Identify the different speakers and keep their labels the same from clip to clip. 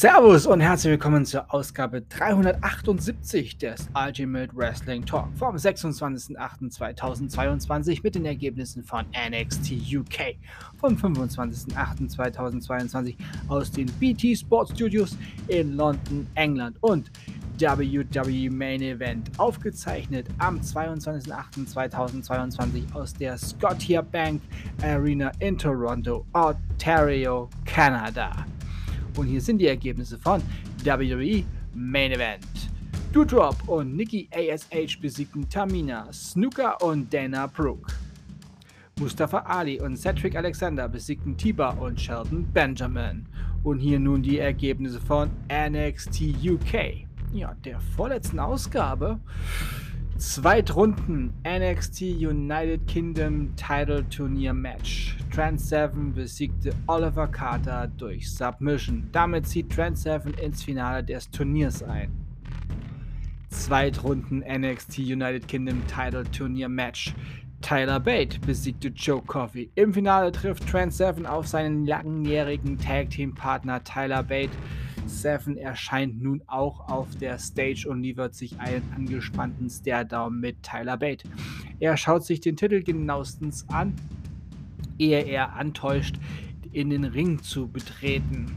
Speaker 1: Servus und herzlich willkommen zur Ausgabe 378 des Ultimate Wrestling Talk vom 26.08.2022 mit den Ergebnissen von NXT UK vom 25.08.2022 aus den BT Sports Studios in London, England und WWE Main Event aufgezeichnet am 22.08.2022 aus der Scotiabank Arena in Toronto, Ontario, Kanada. Und hier sind die Ergebnisse von WWE Main Event. Doudrop und Nikki ASH besiegten Tamina, Snuka und Dana Brooke. Mustafa Ali und Cedric Alexander besiegten Tiba und Shelton Benjamin. Und hier nun die Ergebnisse von NXT UK. Ja, der vorletzten Ausgabe. Zweitrunden NXT United Kingdom Title Turnier Match. Trent Seven besiegte Oliver Carter durch Submission. Damit zieht Trent Seven ins Finale des Turniers ein. Zweitrunden NXT United Kingdom Title Turnier Match. Tyler Bate besiegte Joe Coffey. Im Finale trifft Trent Seven auf seinen langjährigen Tag-Team-Partner Tyler Bate. Seven erscheint nun auch auf der Stage und liefert sich einen angespannten Stare-Down mit Tyler Bate. Er schaut sich den Titel genauestens an, ehe er antäuscht, in den Ring zu treten.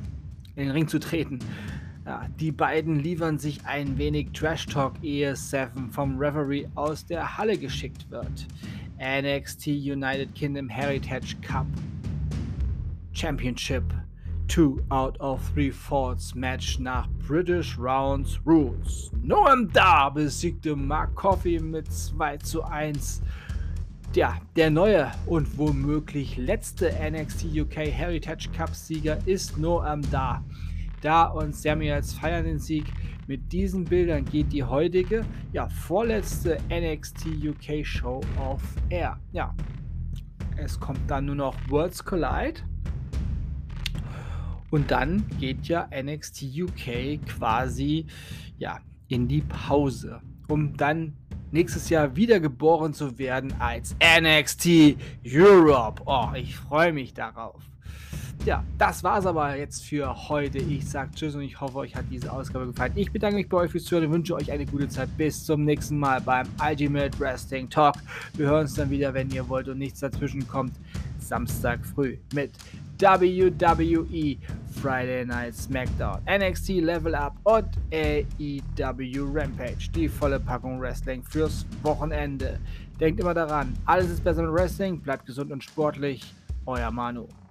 Speaker 1: Ja, die beiden liefern sich ein wenig Trash-Talk, ehe Seven vom Referee aus der Halle geschickt wird. NXT United Kingdom Heritage Cup Championship 2 out of 3 Falls Match nach British Rounds Rules. Noam Dar besiegte Mark Coffey mit 2:1. Ja, der neue und womöglich letzte NXT UK Heritage Cup Sieger ist Noam Dar. Dar und Samuels feiern den Sieg. Mit diesen Bildern geht die heutige, vorletzte NXT UK Show off air. Ja, es kommt dann nur noch Worlds Collide. Und dann geht ja NXT UK quasi in die Pause, um dann nächstes Jahr wiedergeboren zu werden als NXT Europe. Oh, ich freue mich darauf. Ja, das war's aber jetzt für heute. Ich sage Tschüss und ich hoffe, euch hat diese Ausgabe gefallen. Ich bedanke mich bei euch fürs Zuhören und wünsche euch eine gute Zeit. Bis zum nächsten Mal beim Ultimate Wrestling Talk. Wir hören uns dann wieder, wenn ihr wollt und nichts dazwischen kommt. Samstag früh mit WWE Friday Night SmackDown, NXT Level Up und AEW Rampage. Die volle Packung Wrestling fürs Wochenende. Denkt immer daran, alles ist besser mit Wrestling, bleibt gesund und sportlich. Euer Manu.